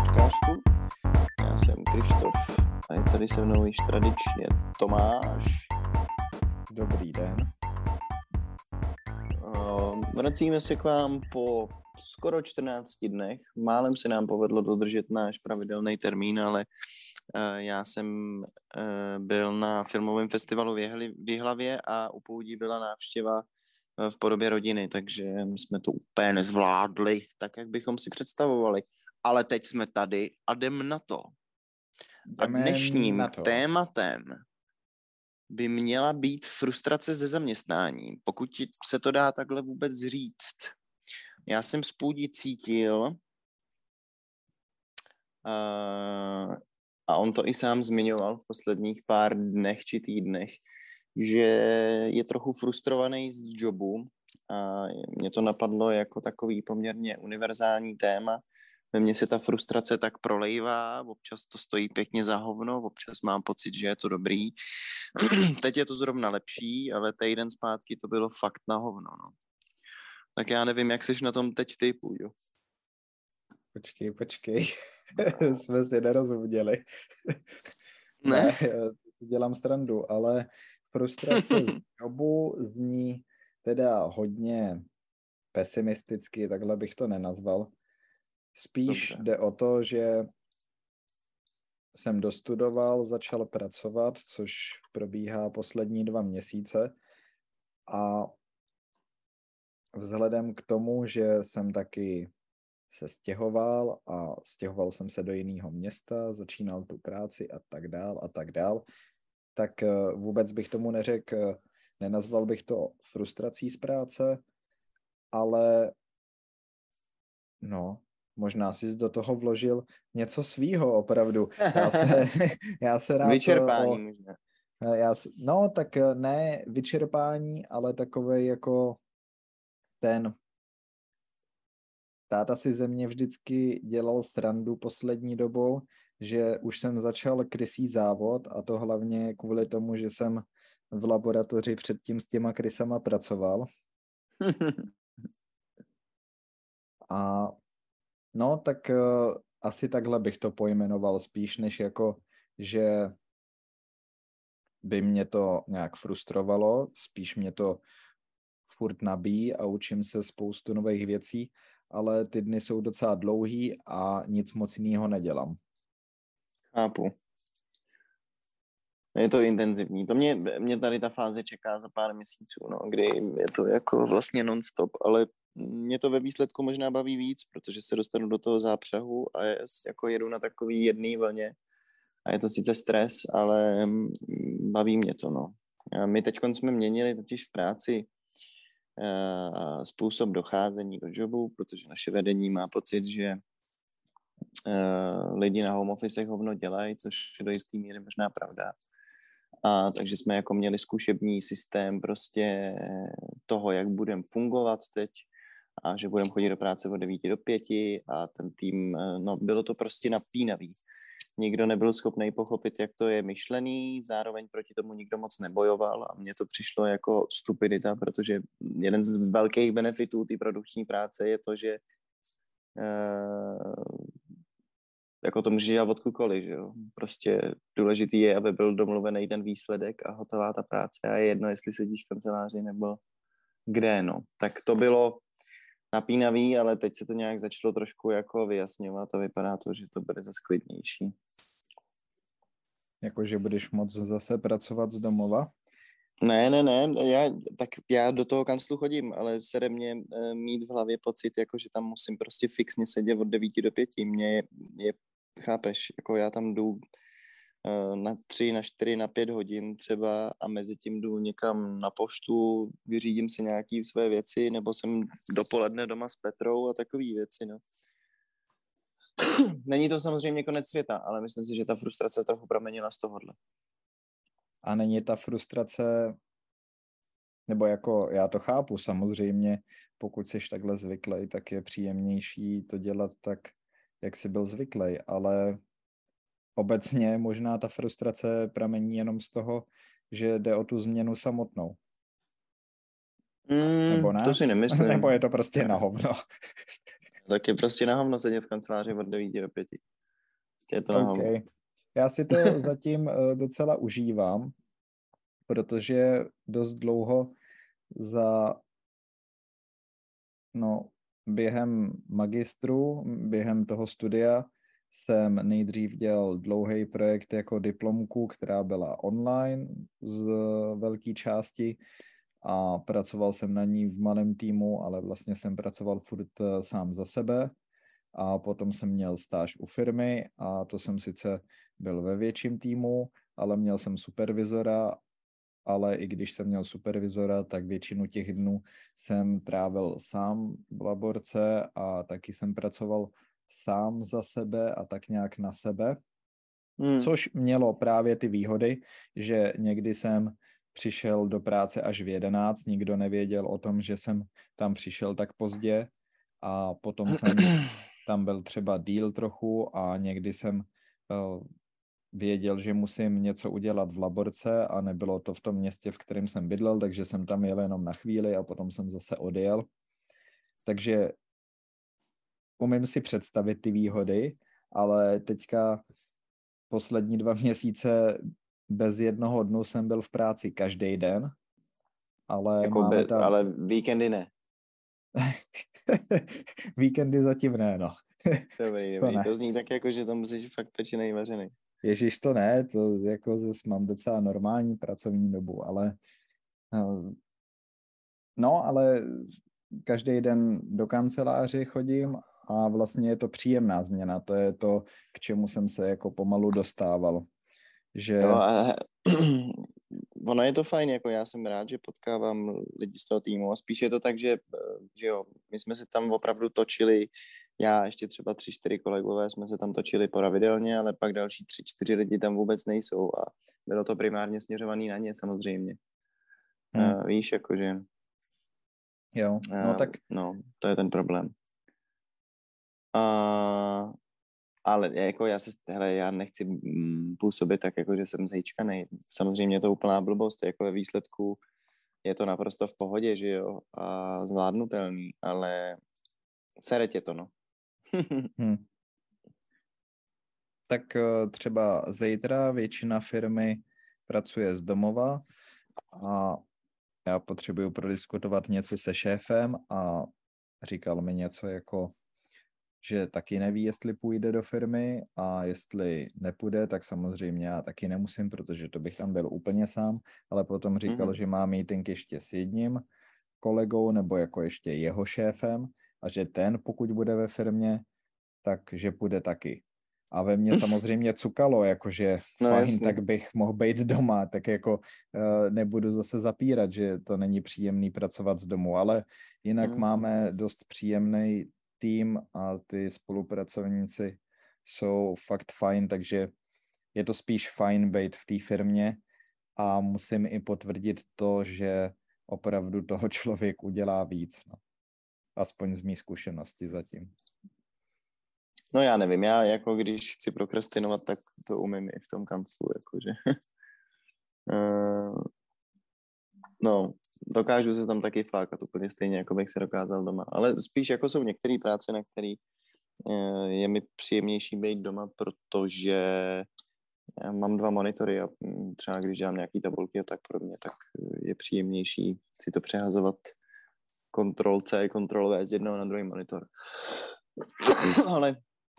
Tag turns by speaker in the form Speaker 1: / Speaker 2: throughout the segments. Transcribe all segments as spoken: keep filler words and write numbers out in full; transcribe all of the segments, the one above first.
Speaker 1: podcastu. Já jsem Krištof a je tady se mnou již tradičně Tomáš.
Speaker 2: Dobrý den.
Speaker 1: Vracíme se k vám po skoro čtrnácti dnech. Málem se nám povedlo dodržet náš pravidelný termín, ale já jsem byl na filmovém festivalu v Jihlavě a u Poudí byla návštěva v podobě rodiny, takže my jsme to úplně nezvládli, tak jak bychom si představovali. Ale teď jsme tady a jdem na to. A dnešním na to. tématem by měla být frustrace ze zaměstnání, pokud se to dá takhle vůbec říct. Já jsem z Poudí cítil, uh, a on to i sám zmiňoval v posledních pár dnech či týdnech, že je trochu frustrovaný z jobu a mě to napadlo jako takový poměrně univerzální téma. Ve mně se ta frustrace tak prolejvá, občas to stojí pěkně za hovno, občas mám pocit, že je to dobrý. Teď je to zrovna lepší, ale týden zpátky to bylo fakt na hovno. No. Tak já nevím, jak seš na tom teď ty, Půjdu.
Speaker 2: Počkej, počkej. Jsme si nerozuměli.
Speaker 1: Ne?
Speaker 2: ne? Dělám srandu, ale frustrace z jobu zní teda hodně pesimisticky, takhle bych to nenazval. Spíš Dobře. Jde o to, že jsem dostudoval, začal pracovat, což probíhá poslední dva měsíce a vzhledem k tomu, že jsem taky se stěhoval a stěhoval jsem se do jiného města, začínal tu práci a tak dál a tak dál, tak vůbec bych tomu neřekl, nenazval bych to frustrací z práce, ale no, možná jsi do toho vložil něco svýho opravdu. Já se, já se rád...
Speaker 1: Vyčerpání
Speaker 2: o,
Speaker 1: možná.
Speaker 2: Já, no, tak ne vyčerpání, ale takovej jako ten... Táta si ze mě vždycky dělal srandu poslední dobou, že už jsem začal krysí závod a to hlavně kvůli tomu, že jsem v laboratoři předtím s těma krysama pracoval. A no, tak uh, asi takhle bych to pojmenoval spíš, než jako, že by mě to nějak frustrovalo, spíš mě to furt nabíjí a učím se spoustu nových věcí, ale ty dny jsou docela dlouhý a nic moc jiného nedělám.
Speaker 1: Chápu. Je to intenzivní. To mě, mě tady ta fáze čeká za pár měsíců, no, kdy je to jako vlastně non-stop, ale mě to ve výsledku možná baví víc, protože se dostanu do toho zápřahu a je, jako jedu na takový jedný vlně a je to sice stres, ale baví mě to, no. A my teď jsme měnili totiž v práci uh, způsob docházení do jobu, protože naše vedení má pocit, že uh, lidi na home office hovno dělají, což do jistý míry možná pravda. A takže jsme jako měli zkušební systém prostě toho, jak budeme fungovat teď a že budeme chodit do práce od devíti do pěti a ten tým, no bylo to prostě napínavý. Nikdo nebyl schopný pochopit, jak to je myšlený, zároveň proti tomu nikdo moc nebojoval a mně to přišlo jako stupidita, protože jeden z velkých benefitů té produkční práce je to, že uh, jako to může dělat odkudkoliv, že jo. Prostě důležitý je, aby byl domluvený ten výsledek a hotová ta práce a je jedno, jestli sedíš v kanceláři nebo kde, no. Tak to bylo napínavý, ale teď se to nějak začalo trošku jako vyjasňovat a vypadá to, že to bude zase klidnější.
Speaker 2: Jakože budeš moc zase pracovat z domova?
Speaker 1: Ne, ne, ne, já, tak já do toho kanclu chodím, ale sere mě e, mít v hlavě pocit, jako že tam musím prostě fixně sedět od devíti do pěti. Mně je, je chápeš, jako já tam jdu e, na tři, na čtyři, na pět hodin třeba a mezi tím jdu někam na poštu, vyřídím si nějaký své věci, nebo jsem dopoledne doma s Petrou a takový věci, no. Není to samozřejmě konec světa, ale myslím si, že ta frustrace trochu pramenila z tohohle.
Speaker 2: A není ta frustrace, nebo jako já to chápu samozřejmě, pokud jsi takhle zvyklý, tak je příjemnější to dělat tak, jak jsi byl zvyklý, ale obecně možná ta frustrace pramení jenom z toho, že jde o tu změnu samotnou.
Speaker 1: Mm,
Speaker 2: nebo ne?
Speaker 1: To si nemyslím.
Speaker 2: Nebo je to prostě na hovno.
Speaker 1: Tak je prostě na hovno sedět v kanceláři od devíti do pěti. Je to na hovno.
Speaker 2: Okay. Já si to zatím docela užívám, protože dost dlouho za, no, během magistru, během toho studia jsem nejdřív dělal dlouhý projekt jako diplomku, která byla online z velké části a pracoval jsem na ní v malém týmu, ale vlastně jsem pracoval furt sám za sebe a potom jsem měl stáž u firmy a to jsem sice byl ve větším týmu, ale měl jsem supervizora, ale i když jsem měl supervizora, tak většinu těch dnů jsem trávil sám v laborce a taky jsem pracoval sám za sebe a tak nějak na sebe, hmm. což mělo právě ty výhody, že někdy jsem přišel do práce až v jedenáct, nikdo nevěděl o tom, že jsem tam přišel tak pozdě a potom jsem tam byl třeba díl trochu a někdy jsem uh, věděl, že musím něco udělat v laborce a nebylo to v tom městě, v kterém jsem bydlel, takže jsem tam jel jenom na chvíli a potom jsem zase odjel. Takže umím si představit ty výhody, ale teďka poslední dva měsíce bez jednoho dnu jsem byl v práci každý den, ale
Speaker 1: jako
Speaker 2: máme
Speaker 1: be,
Speaker 2: tam...
Speaker 1: Ale víkendy ne.
Speaker 2: Víkendy zatím ne, no.
Speaker 1: Dobrý, dobrý. To, to zní tak jako, že tam musíš fakt pečenej vařený.
Speaker 2: Ježiš, to ne, to jako zase mám docela normální pracovní dobu, ale no, ale každý den do kanceláře chodím a vlastně je to příjemná změna, to je to, k čemu jsem se jako pomalu dostával. Že...
Speaker 1: Jo, a ono je to fajn, jako já jsem rád, že potkávám lidi z toho týmu a spíš je to tak, že, že jo, my jsme se tam opravdu točili, já ještě třeba tři, čtyři kolegové jsme se tam točili pravidelně, ale pak další tři, čtyři lidi tam vůbec nejsou a bylo to primárně směřovaný na ně samozřejmě. Hmm. Uh, víš, jakože...
Speaker 2: Jo, no uh, tak...
Speaker 1: No, to je ten problém. Uh, ale jako já se, hele, já nechci působit tak, jako že jsem zhejčkanej. Samozřejmě je to úplná blbost, jako ve výsledku je to naprosto v pohodě, že jo, a zvládnutelný, ale sere tě to, no.
Speaker 2: hmm. Tak třeba zítra většina firmy pracuje z domova a já potřebuju prodiskutovat něco se šéfem a říkal mi něco jako, že taky neví, jestli půjde do firmy a jestli nepůjde, tak samozřejmě já taky nemusím, protože to bych tam byl úplně sám, ale potom říkal, mm-hmm. že má meeting ještě s jedním kolegou nebo jako ještě jeho šéfem a že ten, pokud bude ve firmě, takže půjde taky. A ve mně samozřejmě cukalo, jakože no, fajn, jasný. Tak bych mohl být doma, tak jako uh, nebudu zase zapírat, že to není příjemný pracovat z domu, ale jinak mm. máme dost příjemný tým a ty spolupracovníci jsou fakt fajn, takže je to spíš fajn být v té firmě a musím i potvrdit to, že opravdu toho člověk udělá víc, no. Aspoň z mý zkušenosti zatím.
Speaker 1: No já nevím, já jako když chci prokrastinovat, tak to umím i v tom kanclu, jakože. uh, no, dokážu se tam taky flákat úplně stejně, jako bych se dokázal doma. Ale spíš jako jsou některé práce, na které uh, je mi příjemnější být doma, protože já mám dva monitory a třeba když dělám nějaký tabulky a tak podobně, tak je příjemnější si to přehazovat Ctrl C, Ctrl V z jednoho na druhý monitor. Ale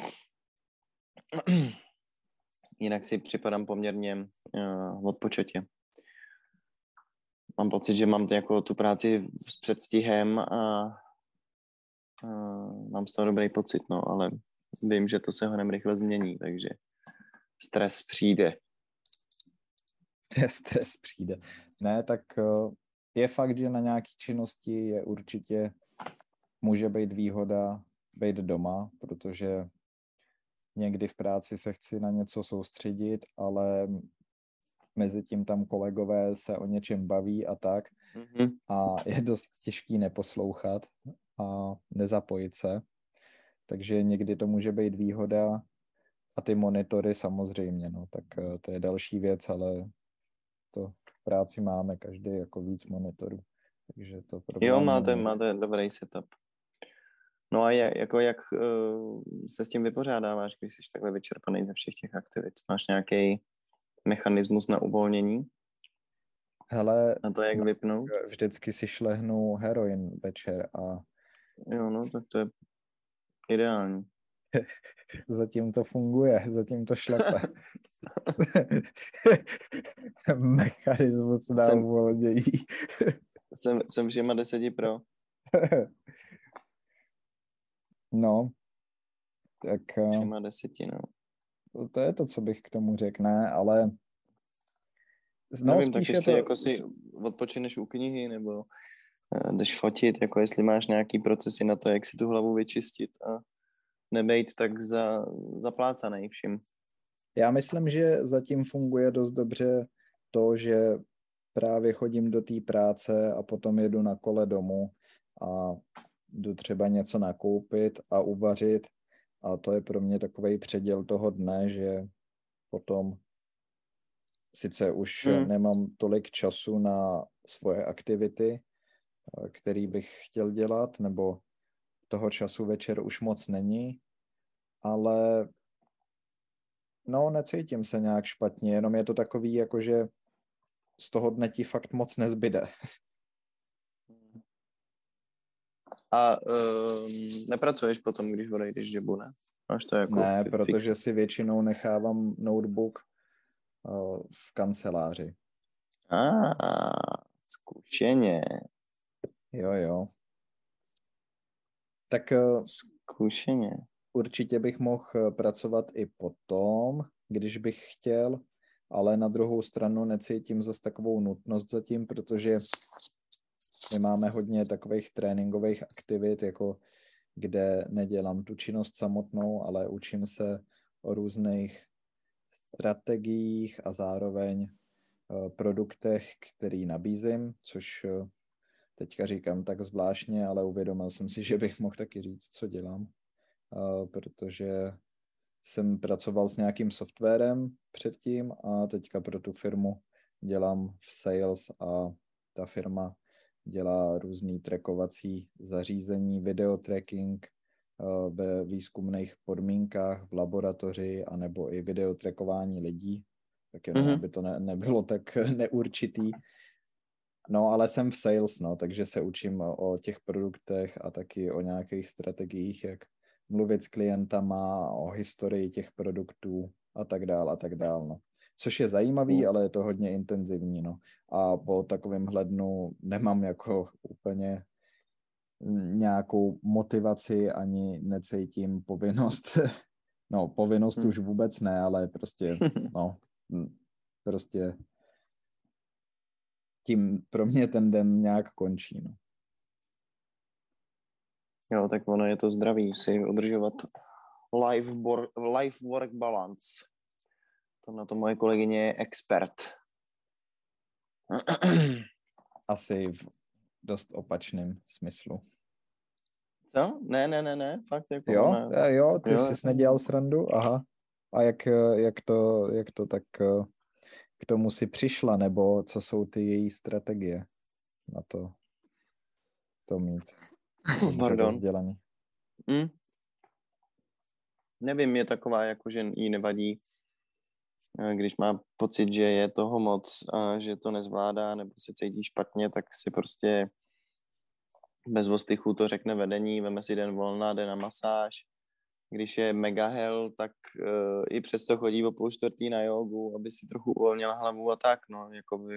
Speaker 1: jinak si připadám poměrně uh, odpočatě. Mám pocit, že mám jako tu práci s předstihem a uh, mám z toho dobrý pocit, no, ale vím, že to se honem rychle změní, takže stres přijde.
Speaker 2: Stres přijde. Ne, tak uh, je fakt, že na nějaké činnosti je určitě, může být výhoda být doma, protože někdy v práci se chci na něco soustředit, ale mezi tím tam kolegové se o něčem baví a tak. Mm-hmm. A je dost těžký neposlouchat a nezapojit se. Takže někdy to může být výhoda a ty monitory samozřejmě, no, tak to je další věc, ale to v práci máme každý jako víc monitorů. Takže to
Speaker 1: jo, máte, máte dobrý setup. No a jak, jako jak uh, se s tím vypořádáváš, když jsi takhle vyčerpaný ze všech těch aktivit? Máš nějaký mechanismus na uvolnění?
Speaker 2: Hele,
Speaker 1: Na to, jak
Speaker 2: no,
Speaker 1: vypnout?
Speaker 2: vždycky si šlehnu heroin večer a
Speaker 1: Jo, no, tak to je ideální.
Speaker 2: zatím to funguje, zatím to šlape. Mechanismus na
Speaker 1: Jsem,
Speaker 2: uvolnění.
Speaker 1: jsem, jsem všema deseti pro.
Speaker 2: No, tak
Speaker 1: Všema deseti, no.
Speaker 2: to je to, co bych k tomu řekl, ne, ale no,
Speaker 1: Nevím, tak
Speaker 2: spíš je
Speaker 1: jestli
Speaker 2: to...
Speaker 1: jako si odpočineš u knihy, nebo eh, jdeš fotit, jako jestli máš nějaký procesy na to, jak si tu hlavu vyčistit a nebejt tak za, zaplácanej vším.
Speaker 2: Já myslím, že zatím funguje dost dobře to, že právě chodím do té práce a potom jedu na kole domů a jdu třeba něco nakoupit a uvařit a to je pro mě takový předěl toho dne, že potom sice už
Speaker 1: Hmm.
Speaker 2: nemám tolik času na svoje aktivity, který bych chtěl dělat, nebo toho času večer už moc není, ale no, necítím se nějak špatně, jenom je to takový, jakože z toho dne ti fakt moc nezbyde.
Speaker 1: A um, nepracuješ potom, když odejdeš žebu, ne? Máš to jako
Speaker 2: Ne,
Speaker 1: fi-
Speaker 2: protože
Speaker 1: fix.
Speaker 2: si většinou nechávám notebook uh, v kanceláři.
Speaker 1: A zkušeně.
Speaker 2: Jo, jo. Tak uh,
Speaker 1: Zkušeně.
Speaker 2: určitě bych mohl pracovat i potom, když bych chtěl, ale na druhou stranu necítím zase takovou nutnost zatím, protože my máme hodně takových tréninkových aktivit, jako kde nedělám tu činnost samotnou, ale učím se o různých strategiích a zároveň produktech, který nabízím, což teďka říkám tak zvláštně, ale uvědomil jsem si, že bych mohl taky říct, co dělám, protože jsem pracoval s nějakým softwarem předtím a teďka pro tu firmu dělám v sales a ta firma dělá různý trackovací zařízení, videotracking ve výzkumných podmínkách v laboratoři anebo i videotrackování lidí, tak jenom,
Speaker 1: Mm-hmm.
Speaker 2: aby to ne, nebylo tak neurčitý. No, ale jsem v sales, no, takže se učím o těch produktech a taky o nějakých strategiích, jak mluvit s klientama, o historii těch produktů a tak dál a tak dál, no. Což je zajímavý, ale je to hodně intenzivní, no. A po takovém hlednu nemám jako úplně nějakou motivaci ani necítím povinnost. No, povinnost
Speaker 1: Hmm.
Speaker 2: už vůbec ne, ale prostě, no, prostě tím pro mě ten den nějak končí, no.
Speaker 1: Jo, tak ono je to zdraví si udržovat life, bor- life work balance. To na to moje kolegyně je expert.
Speaker 2: Asi v dost opačném smyslu.
Speaker 1: Co? Ne, ne, ne, ne, fakt jako
Speaker 2: Jo,
Speaker 1: ona...
Speaker 2: jo, ty
Speaker 1: jo,
Speaker 2: jsi
Speaker 1: jako...
Speaker 2: nedělal srandu? Aha. A jak, jak, to, jak to tak k tomu si přišla, nebo co jsou ty její strategie na to, to mít dobře rozdělený?
Speaker 1: Hmm. Nevím, je taková, jako že jí nevadí, když má pocit, že je toho moc a že to nezvládá nebo se cítí špatně, tak si prostě bez ostychu to řekne vedení, veme si den volna, jde na masáž. Když je mega hell, tak uh, i přesto chodí o půl čtvrtý na jogu, aby si trochu uvolnila hlavu a tak, no, jakoby.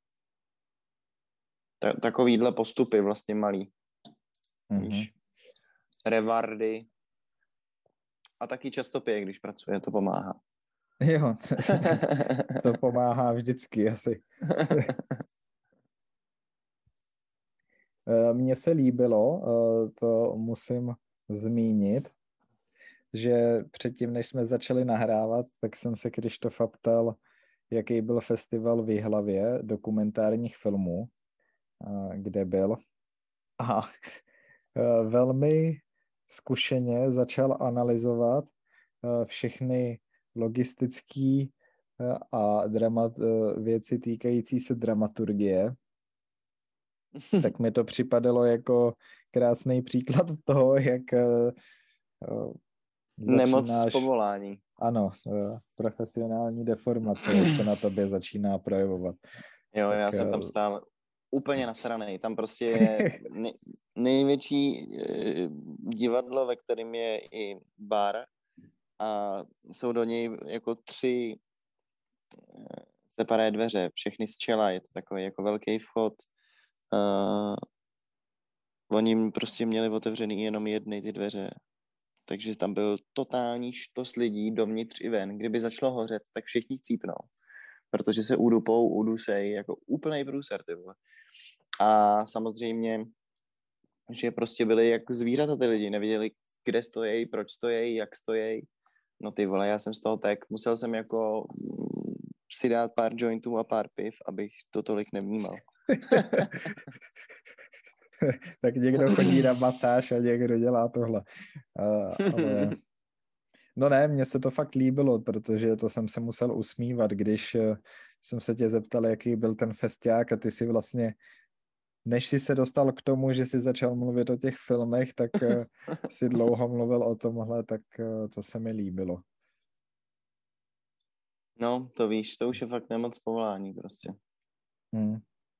Speaker 1: Ta, takovýhle postupy vlastně malý.
Speaker 2: Mm-hmm.
Speaker 1: Víš, revardy. A taky často pije, když pracuje, to pomáhá.
Speaker 2: Jo, to pomáhá vždycky asi. Mně se líbilo, to musím zmínit, že předtím, než jsme začali nahrávat, tak jsem se Krištofa ptal, jaký byl festival v Jihlavě dokumentárních filmů, kde byl. A velmi zkušeně začal analyzovat všechny logistické a dramat, věci týkající se dramaturgie. tak mi to připadalo jako krásný příklad toho, jak uh, uh,
Speaker 1: Nemoc z
Speaker 2: začínáš...
Speaker 1: povolání.
Speaker 2: Ano, uh, profesionální deformace, jak se na tobě začíná projevovat.
Speaker 1: Jo,
Speaker 2: tak,
Speaker 1: já jsem tam stál úplně nasranej. Tam prostě je nej, největší eh, divadlo, ve kterém je i bar a jsou do něj jako tři eh, separé dveře, všechny z čela, je to takový jako velký vchod. Uh, oni prostě měli otevřený jenom jedny ty dveře, takže tam byl totální štos lidí dovnitř i ven. Kdyby začalo hořet, tak všichni chcípnou, protože se udupou, udusej, jako úplnej průser, ty vole. A samozřejmě, že prostě byli jak zvířata ty lidi, nevěděli, kde stojí, proč stojí, jak stojí. No ty vole, já jsem z toho tak, musel jsem jako mm, si dát pár jointů a pár piv, abych to tolik nevnímal.
Speaker 2: tak někdo chodí na masáž a někdo dělá tohle. Uh, ale... No ne, mně se to fakt líbilo, protože to jsem se musel usmívat, když uh, jsem se tě zeptal, jaký byl ten festiák a ty si vlastně, než jsi se dostal k tomu, že jsi začal mluvit o těch filmech, tak uh, si dlouho mluvil o tomhle, tak uh, to se mi líbilo.
Speaker 1: No, to víš, to už je fakt nemoc povolání prostě.
Speaker 2: Hmm.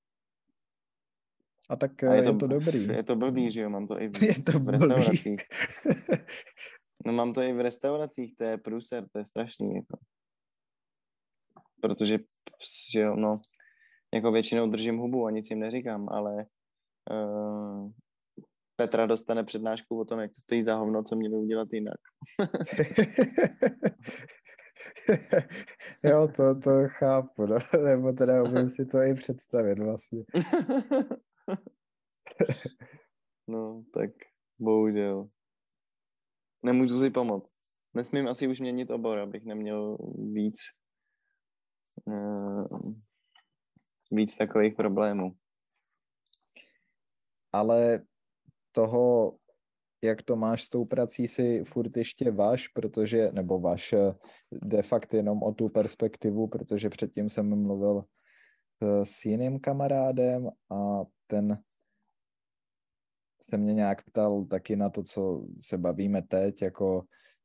Speaker 2: A tak
Speaker 1: A je to,
Speaker 2: je to dobrý.
Speaker 1: Je to blbý, že jo, mám to i v,
Speaker 2: je to
Speaker 1: v restauracích. No mám to i v restauracích, to je průser, to je strašný, jako. Protože, že jo, no, jako většinou držím hubu a nic jim neříkám, ale uh, Petra dostane přednášku o tom, jak to stojí za hovno, co měli udělat jinak.
Speaker 2: jo, to, to chápu, no. Nebo teda umím si to i představit vlastně.
Speaker 1: no, tak bohužel. Nemůžu si pomoct. Nesmím asi už měnit obor, abych neměl víc uh, víc takových problémů.
Speaker 2: Ale toho, jak to máš s tou prací, si furt ještě váš, protože, nebo váš de facto jenom o tu perspektivu, protože předtím jsem mluvil s jiným kamarádem a ten se mě nějak ptal taky na to, co se bavíme teď, jako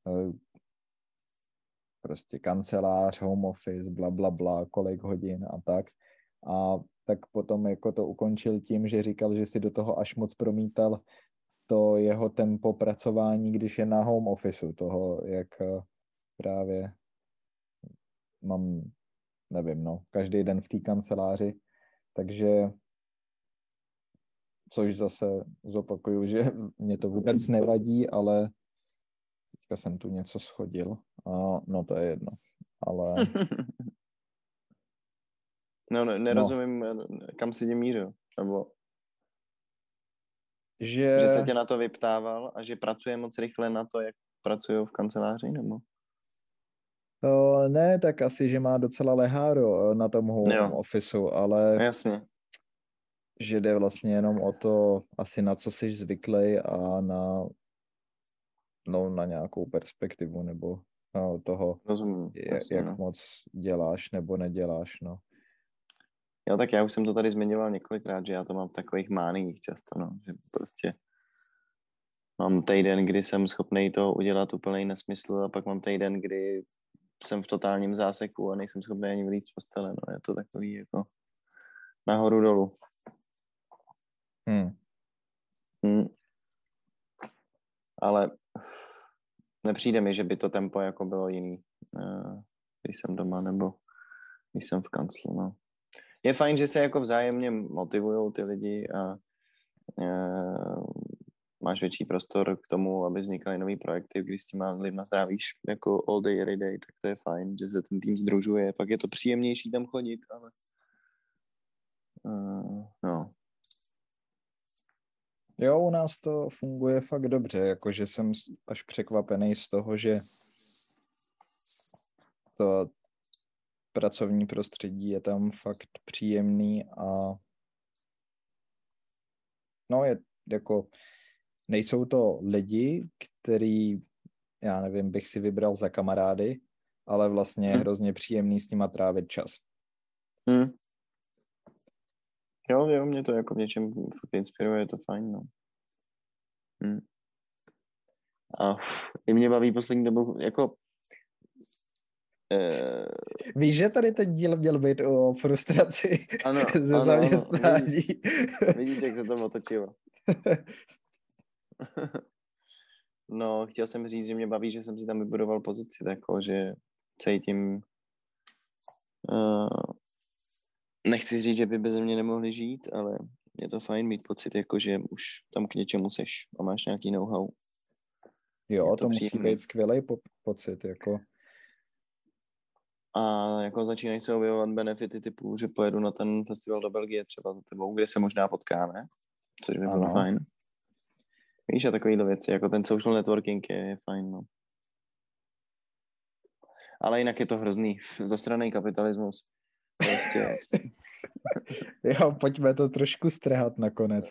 Speaker 2: prostě kancelář, home office, bla, bla, bla, kolik hodin a tak. A tak potom jako to ukončil tím, že říkal, že si do toho až moc promítal to jeho tempo pracování, když je na home officeu, toho, jak právě mám, nevím, no, každý den v té kanceláři, takže což zase zopakuju, že mě to vůbec nevadí, ale teďka jsem tu něco schodil a no to je jedno, ale...
Speaker 1: no, nerozumím, no. Kam si tě mířil, nebo...
Speaker 2: Že...
Speaker 1: že se tě na to vyptával a že pracuje moc rychle na to, jak pracují v kanceláři, nebo?
Speaker 2: O, ne, tak asi, že má docela leháro na tom home
Speaker 1: jo.
Speaker 2: officeu, ale
Speaker 1: jasně.
Speaker 2: Že jde vlastně jenom o to, asi na co jsi zvyklý a na, no, na nějakou perspektivu nebo no, toho,
Speaker 1: Rozumím,
Speaker 2: jak,
Speaker 1: jasně,
Speaker 2: jak
Speaker 1: no.
Speaker 2: moc děláš nebo neděláš, no.
Speaker 1: Jo, tak já už jsem to tady zmiňoval několikrát, že já to mám v takových mániích často, no, že prostě mám týden, kdy jsem schopný to udělat úplný nesmysl a pak mám týden, kdy jsem v totálním záseku a nejsem schopný ani vylízt z postele, no, je to takový jako nahoru dolů.
Speaker 2: Hmm.
Speaker 1: Hmm. Ale nepřijde mi, že by to tempo jako bylo jiný, když jsem doma nebo když jsem v kanclu, no. Je fajn, že se jako vzájemně motivujou ty lidi a e, máš větší prostor k tomu, aby vznikaly nový projekty, když s těma lidma strávíš jako all day, every day, tak to je fajn, že se ten tým sdružuje, pak je to příjemnější tam chodit, ale uh, no.
Speaker 2: Jo, u nás to funguje fakt dobře, jakože jsem až překvapený z toho, že to pracovní prostředí je tam fakt příjemný a no je jako, nejsou to lidi, který, já nevím, bych si vybral za kamarády, ale vlastně je
Speaker 1: hmm.
Speaker 2: hrozně příjemný s nima trávit čas.
Speaker 1: Hmm. Jo, jo, mě to jako v něčem fakt inspiruje, je to fajn, no. Hm. A i mě baví poslední dobou, jako Uh,
Speaker 2: Víš, že tady ten díl měl být o frustraci
Speaker 1: ano,
Speaker 2: ze
Speaker 1: ano,
Speaker 2: zaměstnání.
Speaker 1: ano. Vidíš, vidíš, jak se to otočilo. No, chtěl jsem říct, že mě baví, že jsem si tam vybudoval pozici, tako, že cítím... Uh, nechci říct, že by bez mě nemohli žít, ale je to fajn mít pocit, jako, že už tam k něčemu seš a máš nějaký know-how.
Speaker 2: Jo, to,
Speaker 1: to
Speaker 2: musí
Speaker 1: příjemný.
Speaker 2: být skvělý po- pocit, jako...
Speaker 1: A jako začínají se objevovat benefity typu, že pojedu na ten festival do Belgie třeba za tebou, kde se možná potkáme, což by bylo
Speaker 2: Ano.
Speaker 1: fajn. Víš, a takovýhle věci, jako ten social networking je, je fajn, no. Ale jinak je to hrozný, zasraný kapitalismus. Prostě.
Speaker 2: Jo, pojďme to trošku strhat nakonec.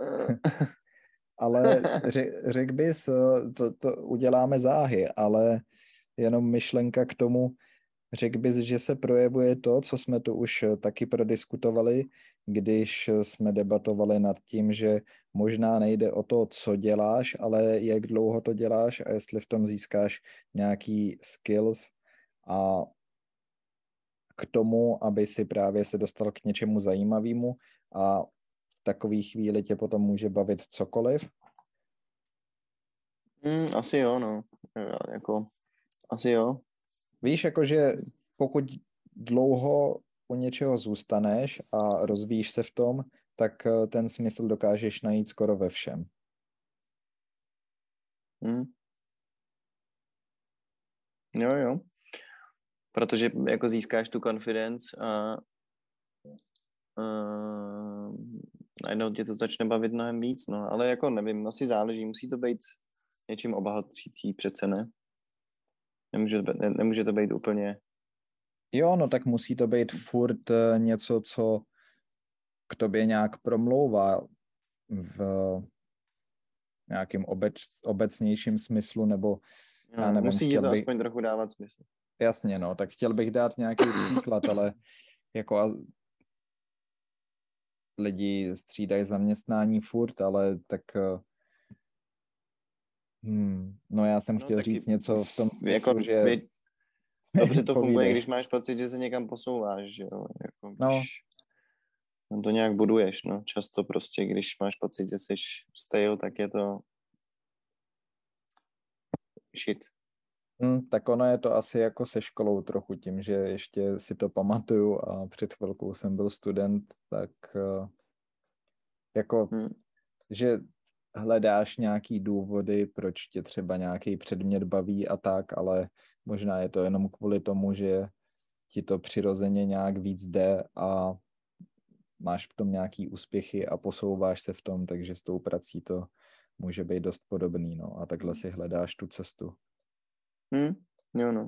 Speaker 2: Ale řek, řek bys, to, to uděláme záhy, ale jenom myšlenka k tomu, řekl bys, že se projevuje to, co jsme tu už taky prodiskutovali, když jsme debatovali nad tím, že možná nejde o to, co děláš, ale jak dlouho to děláš a jestli v tom získáš nějaký skills a k tomu, aby si právě se dostal k něčemu zajímavému a v takové chvíli tě potom může bavit cokoliv.
Speaker 1: Mm, asi jo, no. Jako, asi jo.
Speaker 2: Víš, jakože pokud dlouho u něčeho zůstaneš a rozvíjíš se v tom, tak ten smysl dokážeš najít skoro ve všem.
Speaker 1: Mm. Jo, jo. Protože jako získáš tu confidence a uh, najednou tě to začne bavit mnohem víc, no. Ale jako nevím, asi záleží, musí to být něčím obohacující přece, ne? Nemůže, ne, nemůže to být úplně...
Speaker 2: Jo, no tak musí to být furt něco, co k tobě nějak promlouvá v nějakým obec, obecnějším smyslu, nebo já nevím,
Speaker 1: musí ti to
Speaker 2: bych...
Speaker 1: aspoň trochu dávat smysl.
Speaker 2: Jasně, no, tak chtěl bych dát nějaký příklad, ale jako lidi střídají zaměstnání furt, ale tak hmm, no já jsem
Speaker 1: No,
Speaker 2: chtěl
Speaker 1: taky
Speaker 2: říct něco v tom smyslu,
Speaker 1: jako,
Speaker 2: že...
Speaker 1: Vě... Dobře to funguje,
Speaker 2: Povídej.
Speaker 1: když máš pocit, že se někam posouváš, že jo, jako když
Speaker 2: No.
Speaker 1: tam to nějak buduješ, no, často prostě, když máš pocit, že jsi stale, tak je to shit.
Speaker 2: Hmm, tak ono je to asi jako se školou trochu tím, že ještě si to pamatuju a před chvilkou jsem byl student, tak uh, jako,
Speaker 1: Hmm.
Speaker 2: že hledáš nějaký důvody, proč tě třeba nějaký předmět baví a tak, ale možná je to jenom kvůli tomu, že ti to přirozeně nějak víc jde a máš v tom nějaký úspěchy a posouváš se v tom, takže s tou prací to může být dost podobný, no, a takhle si hledáš tu cestu.
Speaker 1: Hmm. Jo, no.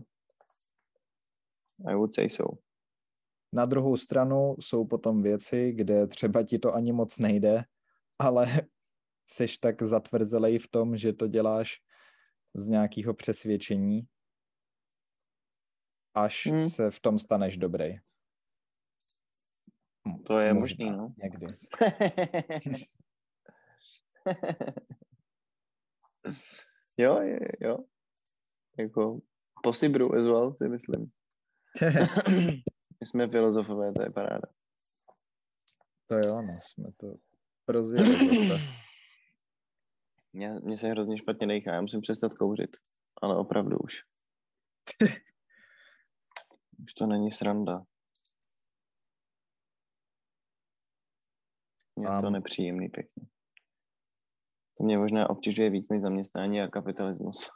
Speaker 1: I would say so.
Speaker 2: Na druhou stranu jsou potom věci, kde třeba ti to ani moc nejde, ale seš tak zatvrzelej v tom, že to děláš z nějakého přesvědčení, až
Speaker 1: Hmm.
Speaker 2: se v tom staneš dobrý.
Speaker 1: To je
Speaker 2: Možná,
Speaker 1: možný, no.
Speaker 2: Někdy.
Speaker 1: jo, je, jo. Jako possible as well, si myslím. My jsme filozofové, to je paráda.
Speaker 2: To jo, no, jsme to rozjeli zase.
Speaker 1: Mně, mně se hrozně špatně dejchá, já musím přestat kouřit. Ale opravdu už. Už to není sranda. Je
Speaker 2: Um,
Speaker 1: to nepříjemný pěkně. To mě možná obtěžuje víc než zaměstnání a kapitalismus.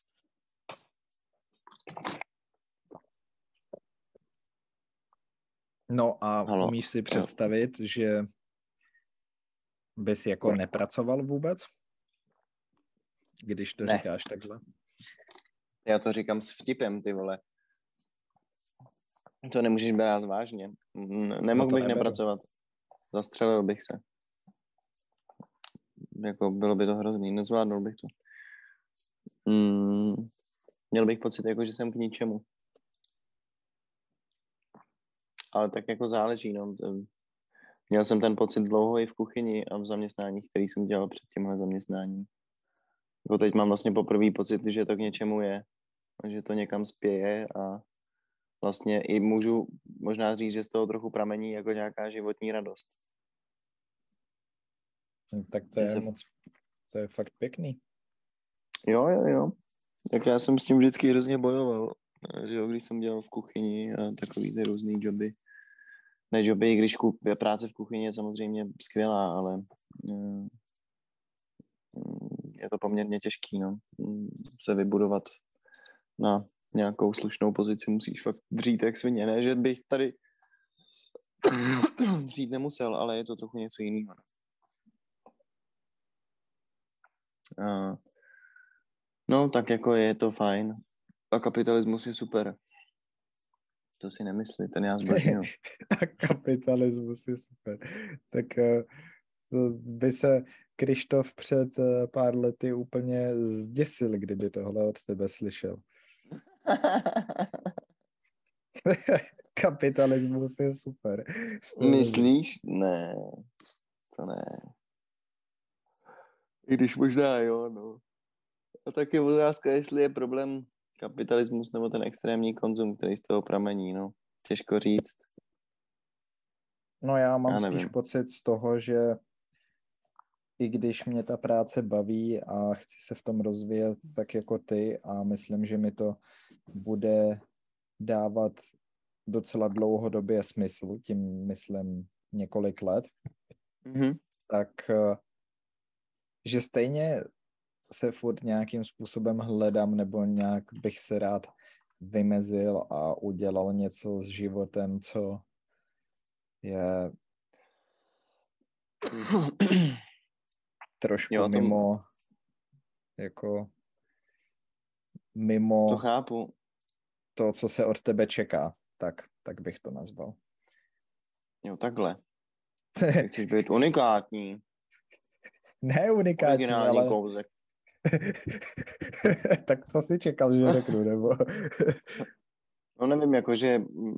Speaker 2: No a
Speaker 1: Halo.
Speaker 2: umíš si představit, že bys jako nepracoval vůbec? Když to
Speaker 1: ne.
Speaker 2: říkáš takhle.
Speaker 1: Já to říkám s vtipem, ty vole. To nemůžeš brát vážně. Nemohl
Speaker 2: no
Speaker 1: bych
Speaker 2: neberu.
Speaker 1: nepracovat. Zastřelil bych se. Jako bylo by to hrozný, nezvládnul bych to. Mm, měl bych pocit, jako, že jsem k ničemu. Ale tak jako záleží, no. Měl jsem ten pocit dlouho i v kuchyni a v zaměstnáních, který jsem dělal před tímhle zaměstnáním. Jako teď mám vlastně poprvý pocit, že to k něčemu je, že to někam spěje a vlastně i můžu možná říct, že z toho trochu pramení jako nějaká životní radost.
Speaker 2: No, tak to je se... moc, to je fakt pěkný.
Speaker 1: Jo, jo, jo. Tak já jsem s tím vždycky hrozně bojoval, že jo, když jsem dělal v kuchyni a takový ty různý joby. Ne joby, i když je práce v kuchyni je samozřejmě skvělá, ale je to poměrně těžký, no. Se vybudovat na nějakou slušnou pozici musíš fakt dřít jak svině. Ne, že bych tady dřít nemusel, ale je to trochu něco jiného. A no, tak jako je to fajn. A kapitalismus je super. To si nemyslí, ten já zbožňuju.
Speaker 2: A kapitalismus je super. Tak uh, by se Krištof před uh, pár lety úplně zděsil, kdyby tohle od tebe slyšel. Kapitalismus je super.
Speaker 1: Myslíš? Ne, to ne. I když možná jo, no. A tak je otázka, jestli je problém kapitalismus nebo ten extrémní konzum, který z toho pramení, no. Těžko říct.
Speaker 2: No já mám
Speaker 1: já
Speaker 2: spíš
Speaker 1: nevím.
Speaker 2: pocit z toho, že i když mě ta práce baví a chci se v tom rozvíjet tak jako ty a myslím, že mi to bude dávat docela dlouhodobě smysl, tím myslím několik let,
Speaker 1: mm-hmm.
Speaker 2: tak že stejně se furt nějakým způsobem hledám nebo nějak bych se rád vymezil a udělal něco s životem, co je trošku jo, tom... mimo jako mimo
Speaker 1: to chápu.
Speaker 2: To, co se od tebe čeká, tak, tak bych to nazval.
Speaker 1: Jo, takhle. Ty chceš být unikátní.
Speaker 2: Ne unikátní,
Speaker 1: originální
Speaker 2: ale...
Speaker 1: kouzek.
Speaker 2: Tak co jsi čekal, že řeknu, nebo...
Speaker 1: No nevím, jakože...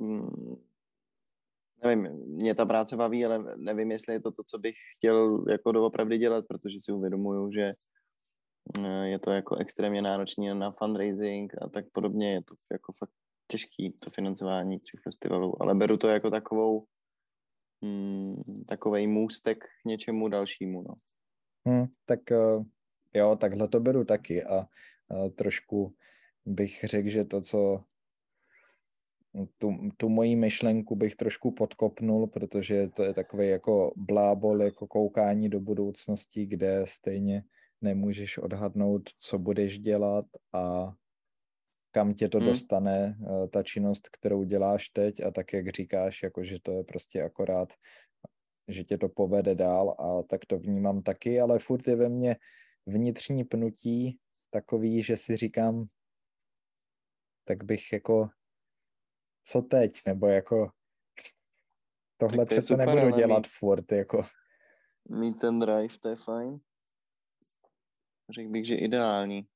Speaker 1: Nevím, mě ta práce baví, ale nevím, jestli je to to, co bych chtěl jako doopravdy dělat, protože si uvědomuju, že je to jako extrémně náročné na fundraising a tak podobně. Je to jako fakt těžký, to financování těch festivalů, ale beru to jako takovou hmm, takovej můstek k něčemu dalšímu, no.
Speaker 2: Hmm, tak jo, takhle to beru taky a, a trošku bych řekl, že to, co tu, tu moji myšlenku bych trošku podkopnul, protože to je takový jako blábol, jako koukání do budoucnosti, kde stejně nemůžeš odhadnout, co budeš dělat a kam tě to hmm. dostane, ta činnost, kterou děláš teď a tak, jak říkáš, jako že to je prostě akorát, že tě to povede dál a tak to vnímám taky, ale furt je ve mně vnitřní pnutí takový, že si říkám, tak bych jako co teď, nebo jako tohle přece super, nebudu dělat mít, furt, jako.
Speaker 1: Mít ten drive, to je fajn. Řekl bych, že ideální.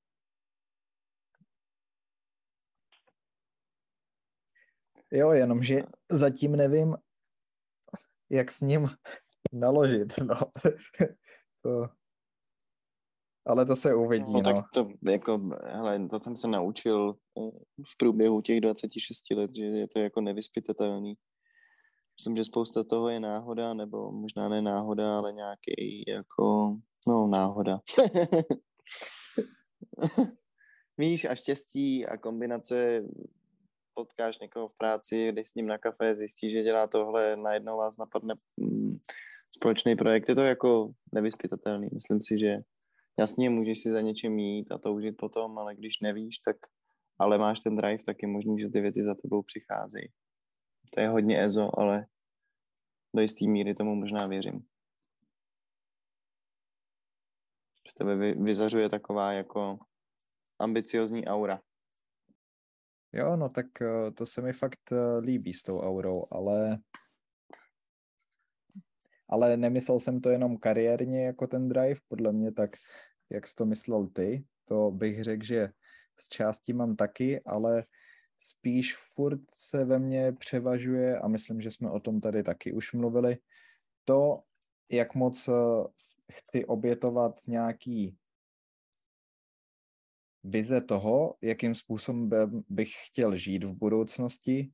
Speaker 2: Jo, jenomže zatím nevím, jak s ním naložit, no. to... Ale to se uvidí, no.
Speaker 1: No tak to, jako, hele, to jsem se naučil v průběhu těch dvacet šest let, že je to jako nevyzpytatelný. Myslím, že spousta toho je náhoda, nebo možná ne náhoda, ale nějaký jako, no náhoda. Víš, a štěstí a kombinace, potkáš někoho v práci, když s ním na kafe zjistíš, že dělá tohle, najednou vás napadne mm, společný projekt. Je to jako nevyzpytatelný. Myslím si, že jasně můžeš si za něčím jít a toužit potom, ale když nevíš, tak ale máš ten drive, tak je možný, že ty věci za tebou přicházejí. To je hodně ezo, ale do jistý míry tomu možná věřím. Z tebe vy, vyzařuje taková jako ambiciozní aura.
Speaker 2: Jo, no tak to se mi fakt líbí s tou aurou, ale ale nemyslel jsem to jenom kariérně jako ten drive, podle mě tak, jak jsi to myslel ty, to bych řekl, že z části mám taky, ale spíš furt se ve mně převažuje, a myslím, že jsme o tom tady taky už mluvili, to, jak moc chci obětovat nějaký vize toho, jakým způsobem bych chtěl žít v budoucnosti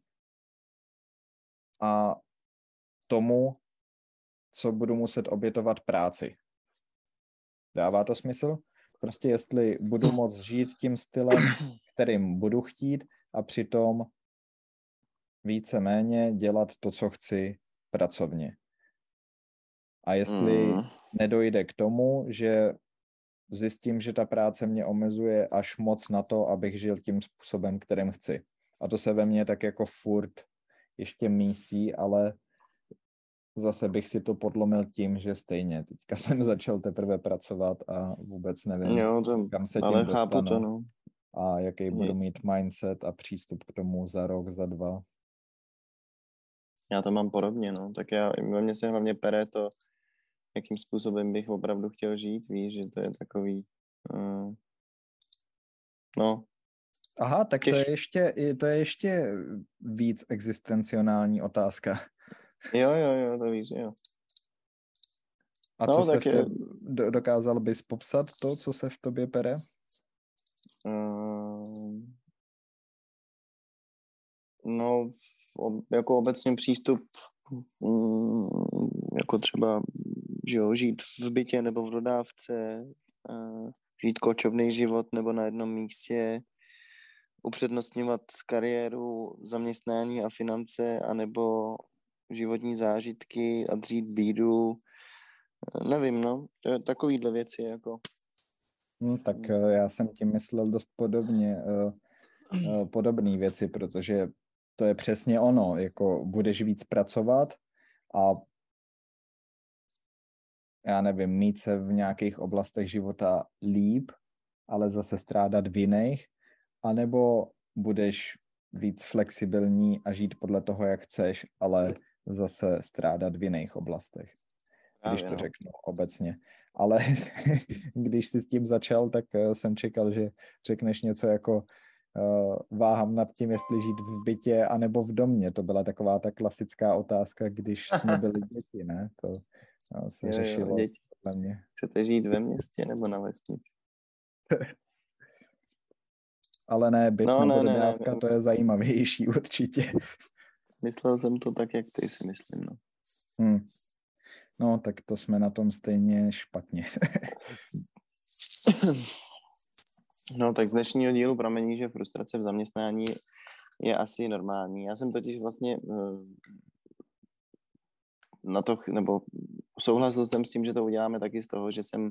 Speaker 2: a tomu, co budu muset obětovat práci. Dává to smysl? Prostě jestli budu moct žít tím stylem, kterým budu chtít a přitom víceméně dělat to, co chci pracovně. A jestli
Speaker 1: Mm.
Speaker 2: nedojde k tomu, že zjistím, že ta práce mě omezuje až moc na to, abych žil tím způsobem, kterým chci. A to se ve mně tak jako furt ještě mísí, ale zase bych si to podlomil tím, že stejně. Teďka jsem začal teprve pracovat a vůbec nevím,
Speaker 1: Jo, to,
Speaker 2: kam se
Speaker 1: ale
Speaker 2: tím
Speaker 1: chápu
Speaker 2: dostanu
Speaker 1: to, no.
Speaker 2: a jaký
Speaker 1: Je.
Speaker 2: budu mít mindset a přístup k tomu za rok, za dva.
Speaker 1: Já to mám podobně, no. Tak já, ve mně se hlavně pere to, jakým způsobem bych opravdu chtěl žít, víš, že to je takový, uh, no.
Speaker 2: Aha, tak
Speaker 1: Těž...
Speaker 2: to je ještě, to je ještě víc existenciální otázka.
Speaker 1: Jo, jo, jo, to víš, jo.
Speaker 2: A
Speaker 1: no,
Speaker 2: co se v
Speaker 1: je...
Speaker 2: tobě, dokázal bys popsat to, co se v tobě pere?
Speaker 1: Uh, no, jako obecně přístup, um, jako třeba, že jo, žít v bytě nebo v dodávce, uh, žít kočovný život nebo na jednom místě, upřednostňovat kariéru, zaměstnání a finance, anebo životní zážitky a dřít bídu. Nevím, no. Takovýhle věci, jako.
Speaker 2: Hmm, tak uh, já jsem tím myslel dost podobně, uh, uh, podobné věci, protože to je přesně ono, jako budeš víc pracovat a já nevím, mít se v nějakých oblastech života líp, ale zase strádat v jiných, anebo budeš víc flexibilní a žít podle toho, jak chceš, ale zase strádat v jiných oblastech. Když to řeknu obecně. Ale když jsi s tím začal, tak jsem čekal, že řekneš něco jako uh, váhám nad tím, jestli žít v bytě anebo v domě. To byla taková ta klasická otázka, když jsme byli děti, ne? To uh, se
Speaker 1: jo,
Speaker 2: řešilo
Speaker 1: jo, děti.
Speaker 2: podle mě.
Speaker 1: Chcete žít ve městě nebo na vesnici?
Speaker 2: Ale ne, byt
Speaker 1: no,
Speaker 2: nebo
Speaker 1: ne,
Speaker 2: dodávka,
Speaker 1: ne, ne.
Speaker 2: to je zajímavější určitě.
Speaker 1: Myslel jsem to tak, jak ty si myslím, no.
Speaker 2: Hmm. No, tak to jsme na tom stejně špatně.
Speaker 1: No, tak z dnešního dílu pramení, že frustrace v zaměstnání je asi normální. Já jsem totiž vlastně na to, nebo souhlasil jsem s tím, že to uděláme taky z toho, že jsem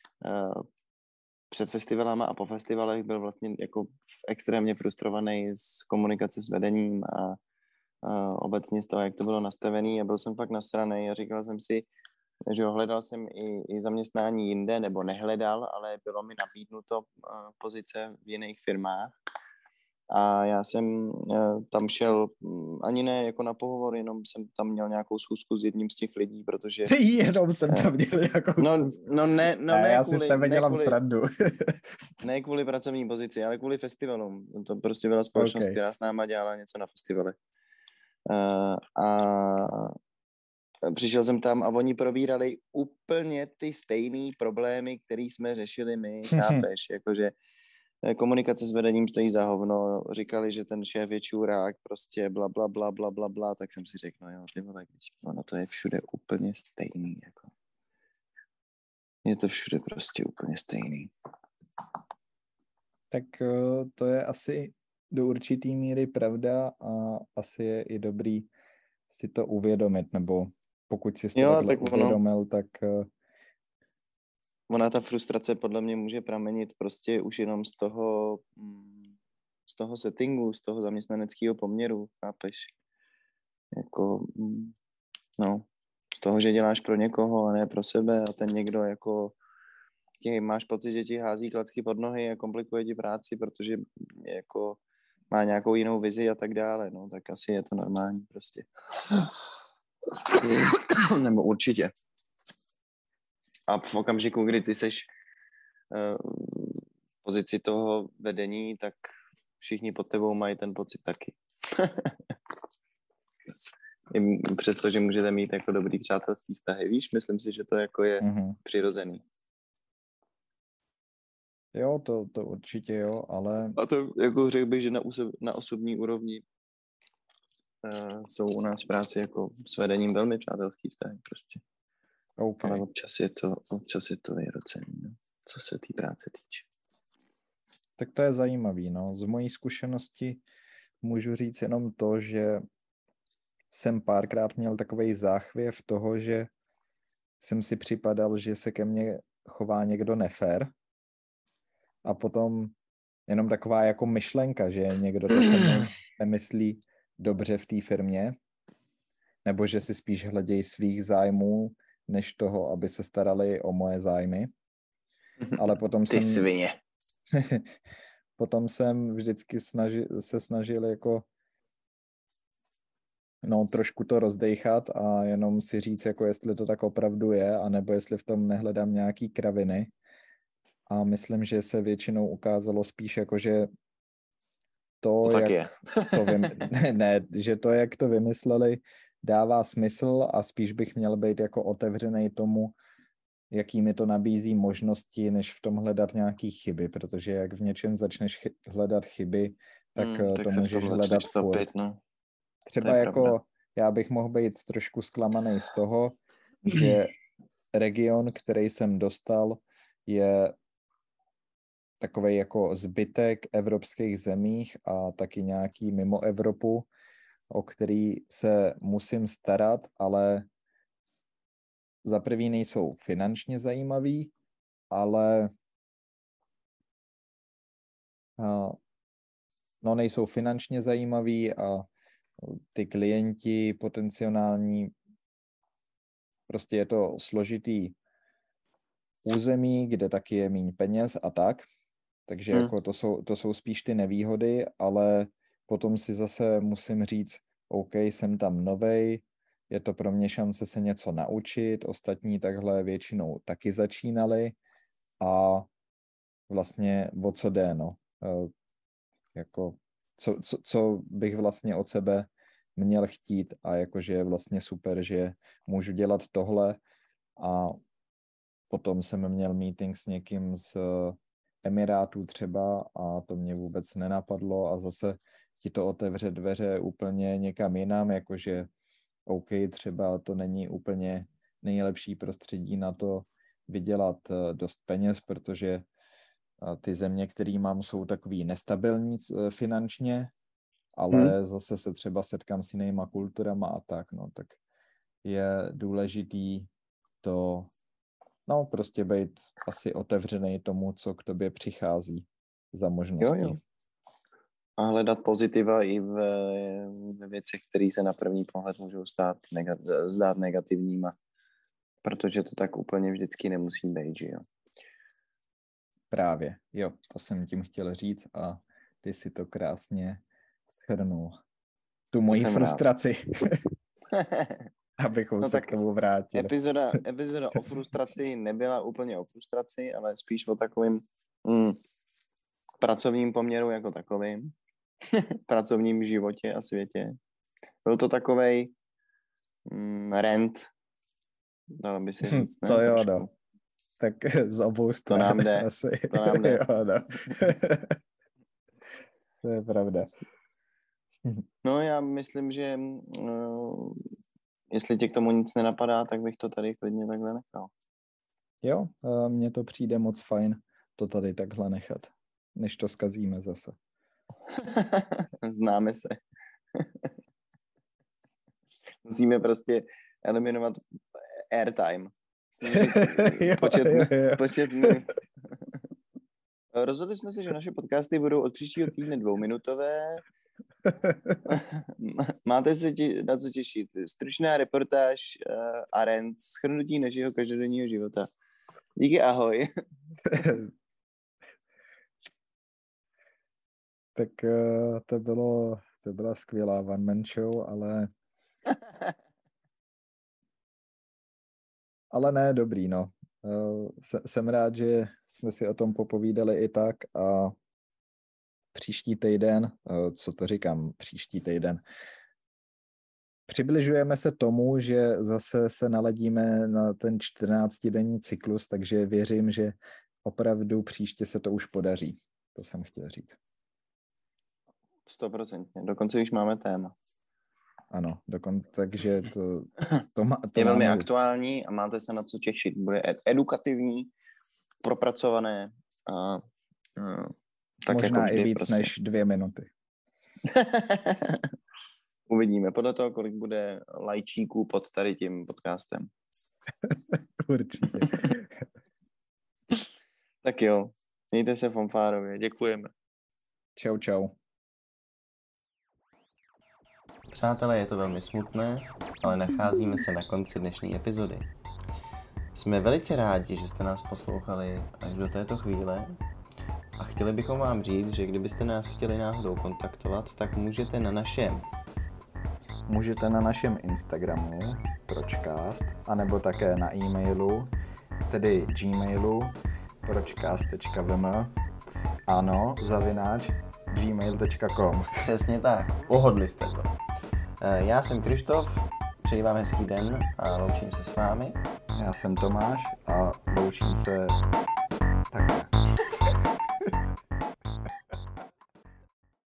Speaker 1: před festivalama a po festivalech byl vlastně jako extrémně frustrovaný z komunikace s vedením a, a obecně z toho, jak to bylo nastavený, a byl jsem fakt nasranej a říkal jsem si, že jo, hledal jsem i, i zaměstnání jinde, nebo nehledal, ale bylo mi nabídnuto uh, pozice v jiných firmách a já jsem uh, tam šel um, ani ne jako na pohovor, jenom jsem tam měl nějakou schůzku s jedním z těch lidí, protože...
Speaker 2: Jenom jsem tam měl nějakou
Speaker 1: no,
Speaker 2: schůzku.
Speaker 1: no ne, no
Speaker 2: ne,
Speaker 1: ne
Speaker 2: já
Speaker 1: kvůli,
Speaker 2: si s tebe dělám
Speaker 1: kvůli,
Speaker 2: srandu.
Speaker 1: ne kvůli pracovní pozici, ale kvůli festivalům. To prostě byla společnost, okay. která s náma dělala něco na festivale. Uh, a přišel jsem tam a oni probírali úplně ty stejné problémy, které jsme řešili my, chápeš, jakože komunikace s vedením stojí za hovno, říkali, že ten šéf je čurák, prostě bla, bla, bla, bla, bla, bla, tak jsem si řekl, no jo, ty vole, ono to je všude úplně stejný, jako. Je to všude prostě úplně stejný.
Speaker 2: Tak to je asi do určitý míry pravda a asi je i dobrý si to uvědomit, nebo pokud si to
Speaker 1: jo,
Speaker 2: takhle
Speaker 1: tak
Speaker 2: uvědomil,
Speaker 1: ono,
Speaker 2: tak...
Speaker 1: Ona ta frustrace podle mě může pramenit prostě už jenom z toho, z toho settingu, z toho zaměstnaneckého poměru, chápeš? Jako, no, z toho, že děláš pro někoho a ne pro sebe a ten někdo jako tě, máš pocit, že ti hází klacky pod nohy a komplikuje ti práci, protože jako má nějakou jinou vizi a tak dále, no, tak asi je to normální prostě. Nebo určitě. A v okamžiku, kdy ty seš uh, v pozici toho vedení, tak všichni pod tebou mají ten pocit taky. i přesto, že můžete mít jako dobrý přátelský vztahy, víš, myslím si, že to jako je
Speaker 2: Mm-hmm.
Speaker 1: přirozený.
Speaker 2: Jo, to, to určitě jo, ale...
Speaker 1: A to jako řekl bych, že na, úsob, na osobní úrovni uh, jsou u nás v práci jako s vedením velmi přátelský vztahy prostě.
Speaker 2: Okay.
Speaker 1: Ale občas je to, občas je to vyhrocený, no, co se té práce týče.
Speaker 2: Tak to je zajímavý, no. Z mojí zkušenosti můžu říct jenom to, že jsem párkrát měl takovej záchvěv toho, že jsem si připadal, že se ke mně chová někdo nefér a potom jenom taková jako myšlenka, že někdo to se mnou nemyslí dobře v té firmě, nebo že si spíš hledějí svých zájmů, než toho, aby se starali o moje zájmy. Ale potom
Speaker 1: Ty
Speaker 2: jsem...
Speaker 1: svině.
Speaker 2: Potom jsem vždycky snaži, se snažil jako no trošku to rozdejchat a jenom si říct, jako jestli to tak opravdu je, anebo jestli v tom nehledám nějaký kraviny. A myslím, že se většinou ukázalo spíš jako, že to,
Speaker 1: to
Speaker 2: jak
Speaker 1: je.
Speaker 2: to vym... ne, ne, že to, jak to vymysleli, dává smysl a spíš bych měl být jako otevřený tomu, jaký mi to nabízí možnosti, než v tom hledat nějaký chyby, protože jak v něčem začneš chy- hledat chyby, tak,
Speaker 1: hmm, tak
Speaker 2: to
Speaker 1: se
Speaker 2: můžeš hledat furt.
Speaker 1: No.
Speaker 2: Třeba jako pravda. Já bych mohl být trošku zklamaný z toho, že region, který jsem dostal, je takovej jako zbytek evropských zemích a taky nějaký mimo Evropu, o který se musím starat, ale za prvý nejsou finančně zajímavý, ale no nejsou finančně zajímavý a ty klienti potenciální, prostě je to složitý území, kde taky je míň peněz a tak, takže hmm. jako to jsou, to jsou spíš ty nevýhody, ale potom si zase musím říct, OK, jsem tam novej, je to pro mě šance se něco naučit, ostatní takhle většinou taky začínali a vlastně o co jde, no. E, jako, co, co, co bych vlastně od sebe měl chtít a jakože je vlastně super, že můžu dělat tohle a potom jsem měl meeting s někým z Emirátů třeba a to mě vůbec nenapadlo a zase ti to otevře dveře úplně někam jinam, jakože OK, třeba to není úplně nejlepší prostředí na to vydělat dost peněz, protože ty země, které mám, jsou takový nestabilní finančně, ale hmm. zase se třeba setkám s jinýma kulturama a tak, no, tak je důležitý to, no, prostě být asi otevřený tomu, co k tobě přichází za možností.
Speaker 1: Jo, jo. A hledat pozitiva i v, ve věcech, které se na první pohled můžou stát, nega- zdát negativníma, protože to tak úplně vždycky nemusí být, že jo.
Speaker 2: Právě, jo, to jsem tím chtěl říct a ty si to krásně shrnul. Tu moji frustraci. Abychom no se k tomu vrátili.
Speaker 1: Epizoda, epizoda o frustraci nebyla úplně o frustraci, ale spíš o takovým mm, pracovním poměru jako takovým. Pracovním životě a světě. Byl to takovej mm, rent, dalo by se říct. Ne?
Speaker 2: To jo, no. Tak z obou stran.
Speaker 1: To nám jde.
Speaker 2: Asi.
Speaker 1: To nám jde.
Speaker 2: Jo, no. To je pravda.
Speaker 1: No já myslím, že uh, jestli tě k tomu nic nenapadá, tak bych to tady klidně takhle nechal.
Speaker 2: Jo, mně to přijde moc fajn to tady takhle nechat, než to zkazíme zase.
Speaker 1: Známe se. Musíme prostě eliminovat airtime. Počet,
Speaker 2: jo, jo, jo.
Speaker 1: počet minut. Rozhodli jsme se, že naše podcasty budou od příštího týdne dvouminutové. Máte se tě, na co těšit. Stručná reportáž uh, a rent, shrnutí našeho každodenního života. Díky, ahoj.
Speaker 2: Tak uh, to bylo, to byla skvělá one man show, ale ale ne, dobrý, no. Uh, jsem rád, že jsme si o tom popovídali i tak a příští týden, uh, co to říkám, příští týden, přibližujeme se tomu, že zase se naladíme na ten čtrnáctidenní cyklus, takže věřím, že opravdu příště se to už podaří. To jsem chtěl říct.
Speaker 1: Stoprocentně. Dokonce už máme téma.
Speaker 2: Ano, dokonce, takže to, to, má, to
Speaker 1: je velmi
Speaker 2: máme...
Speaker 1: aktuální a máte se na co těšit. Bude ed- edukativní, propracované a, a tak
Speaker 2: možná
Speaker 1: jako vždy,
Speaker 2: i víc
Speaker 1: prostě.
Speaker 2: než dvě minuty.
Speaker 1: Uvidíme. Podle toho, kolik bude lajčíků pod tady tím podcastem.
Speaker 2: Určitě.
Speaker 1: Tak jo. Mějte se fanfárově. Děkujeme.
Speaker 2: Čau, čau.
Speaker 3: Přátelé, je to velmi smutné, ale nacházíme se na konci dnešní epizody. Jsme velice rádi, že jste nás poslouchali až do této chvíle a chtěli bychom vám říct, že kdybyste nás chtěli náhodou kontaktovat, tak můžete na našem
Speaker 2: Můžete na našem Instagramu pročcast, anebo také na e-mailu, tedy gmailu pročcast tečka v m ano, zavináč gmail tečka com.
Speaker 3: Přesně tak, pohodli jste to. Já jsem Krištof, přeji vám hezký den a loučím se s vámi.
Speaker 2: Já jsem Tomáš a loučím se takhle.